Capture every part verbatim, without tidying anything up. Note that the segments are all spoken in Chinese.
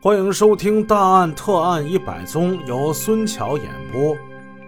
欢迎收听《大案特案一百宗》，由孙桥演播。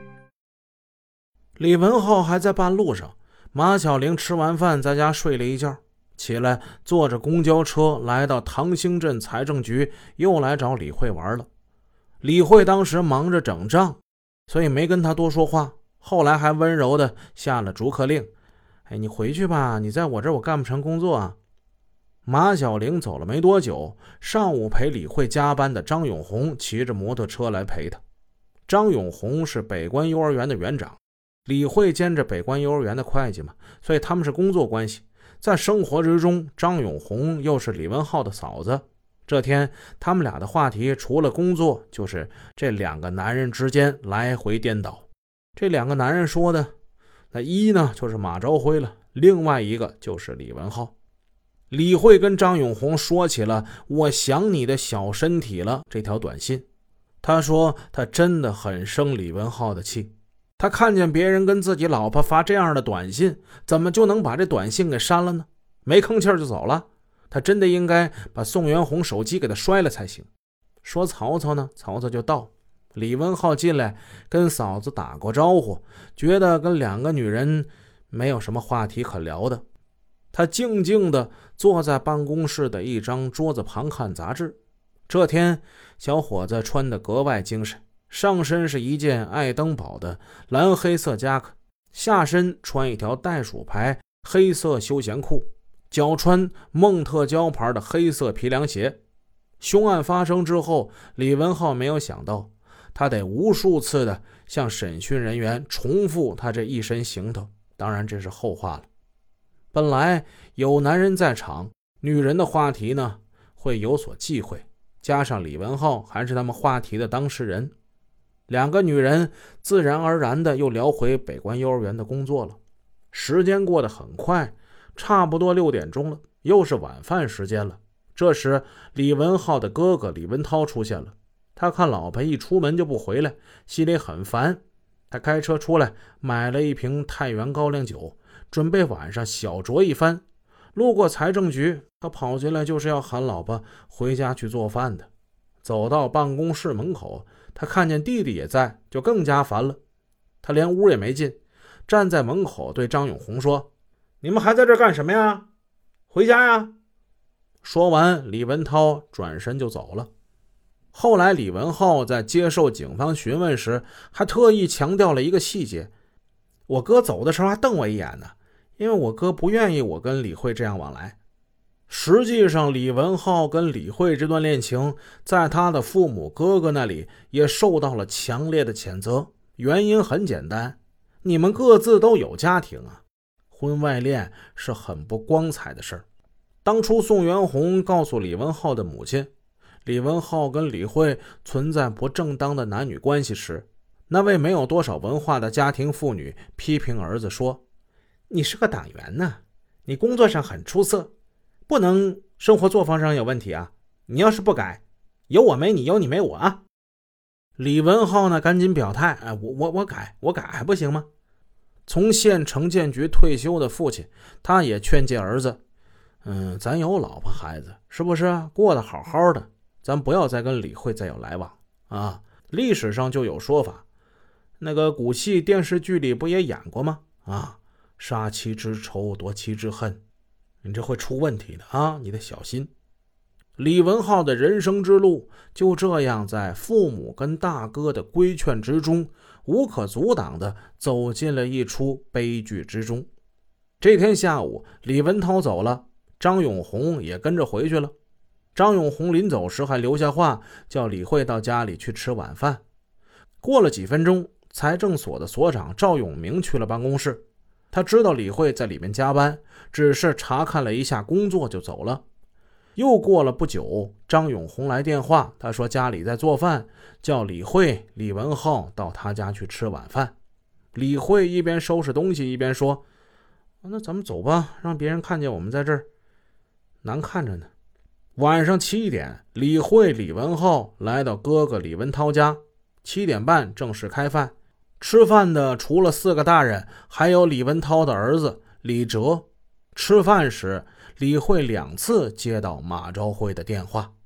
李文浩还在半路上，马小玲吃完饭在家睡了一觉，起来坐着公交车来到唐兴镇财政局，又来找李慧玩了。李慧当时忙着整账，所以没跟他多说话，后来还温柔的下了逐客令：哎，你回去吧，你在我这儿我干不成工作啊。马小玲走了没多久，上午陪李慧加班的张永红骑着摩托车来陪她。张永红是北关幼儿园的园长，李慧兼着北关幼儿园的会计嘛，所以他们是工作关系。在生活之中，张永红又是李文浩的嫂子。这天他们俩的话题除了工作，就是这两个男人之间来回颠倒。这两个男人说的，那一呢就是马朝辉了，另外一个就是李文浩。李慧跟张永红说起了我想你的小身体了这条短信。他说他真的很生李文浩的气，他看见别人跟自己老婆发这样的短信，怎么就能把这短信给删了呢？没吭气就走了，他真的应该把宋元红手机给他摔了才行。说曹操呢，曹操就到。李文浩进来跟嫂子打过招呼，觉得跟两个女人没有什么话题可聊的。他静静地坐在办公室的一张桌子旁看杂志。这天小伙子穿得格外精神，上身是一件爱登堡的蓝黑色夹克，下身穿一条袋鼠牌黑色休闲裤，脚穿梦特胶牌的黑色皮凉鞋。凶案发生之后，李文浩没有想到，他得无数次的向审讯人员重复他这一身行头，当然这是后话了。本来有男人在场，女人的话题呢会有所忌讳，加上李文浩还是他们话题的当事人，两个女人自然而然的又聊回北关幼儿园的工作了。时间过得很快，差不多六点钟了，又是晚饭时间了。这时李文浩的哥哥李文涛出现了，他看老婆一出门就不回来，心里很烦。他开车出来买了一瓶太原高粱酒，准备晚上小酌一番。路过财政局，他跑进来就是要喊老婆回家去做饭的。走到办公室门口，他看见弟弟也在，就更加烦了。他连屋也没进，站在门口对张永红说：你们还在这干什么呀？回家呀！说完，李文涛转身就走了。后来李文浩在接受警方询问时，还特意强调了一个细节：我哥走的时候还瞪我一眼呢，因为我哥不愿意我跟李慧这样往来。实际上李文浩跟李慧这段恋情在他的父母哥哥那里也受到了强烈的谴责，原因很简单，你们各自都有家庭啊，婚外恋是很不光彩的事儿。当初宋元红告诉李文浩的母亲，李文浩跟李慧存在不正当的男女关系时，那位没有多少文化的家庭妇女批评儿子说：你是个党员呢，你工作上很出色，不能生活作风上有问题啊，你要是不改，有我没你，有你没我啊。李文浩呢赶紧表态：哎，我我我改我改还不行吗？从县城建局退休的父亲，他也劝诫儿子：嗯，咱有老婆孩子，是不是过得好好的，咱不要再跟李慧再有来往啊。历史上就有说法，那个古戏电视剧里不也演过吗？啊，杀妻之仇，夺妻之恨，你这会出问题的啊，你得小心。李文浩的人生之路就这样在父母跟大哥的规劝之中，无可阻挡地走进了一出悲剧之中。这天下午，李文涛走了，张永红也跟着回去了。张永红临走时还留下话，叫李慧到家里去吃晚饭。过了几分钟，财政所的所长赵永明去了办公室，他知道李慧在里面加班，只是查看了一下工作就走了。又过了不久，张永红来电话，他说家里在做饭，叫李慧、李文浩到他家去吃晚饭。李慧一边收拾东西一边说：那咱们走吧，让别人看见我们在这儿难看着呢。晚上七点，李慧、李文浩来到哥哥李文涛家，七点半正式开饭。吃饭的除了四个大人，还有李文涛的儿子李哲。吃饭时，李慧两次接到马朝辉的电话。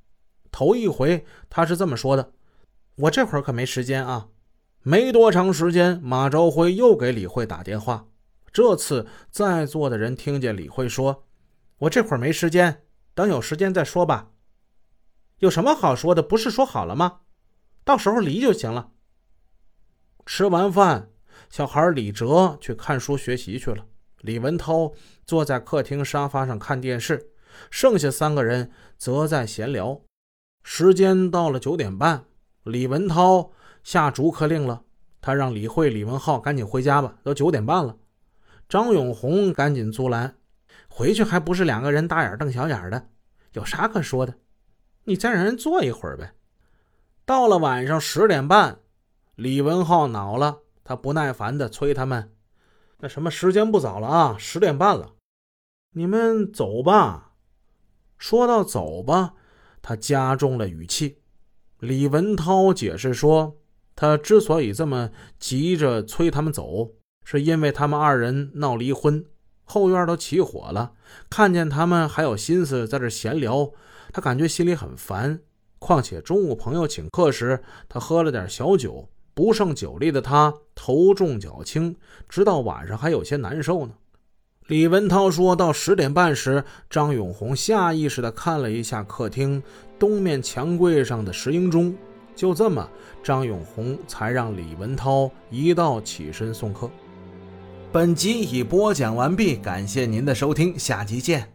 头一回他是这么说的：我这会儿可没时间啊。没多长时间，马昭辉又给李慧打电话，这次在座的人听见李慧说：我这会儿没时间，等有时间再说吧。有什么好说的，不是说好了吗？到时候离就行了。吃完饭，小孩李哲去看书学习去了，李文涛坐在客厅沙发上看电视，剩下三个人则在闲聊。时间到了九点半，李文涛下逐客令了，他让李慧、李文浩赶紧回家吧，都九点半了。张永红赶紧阻拦：回去还不是两个人大眼瞪小眼的，有啥可说的？你再让人坐一会儿呗。到了晚上十点半，李文浩恼了，他不耐烦地催他们：那什么，时间不早了啊，十点半了，你们走吧。说到走吧，他加重了语气。李文涛解释说，他之所以这么急着催他们走，是因为他们二人闹离婚，后院都起火了，看见他们还有心思在这闲聊，他感觉心里很烦。况且中午朋友请客时，他喝了点小酒，不胜酒力的他头重脚轻，直到晚上还有些难受呢。李文涛说到十点半时，张永红下意识地看了一下客厅东面墙柜上的石英钟，就这么，张永红才让李文涛一道起身送客。本集已播讲完毕，感谢您的收听，下集见。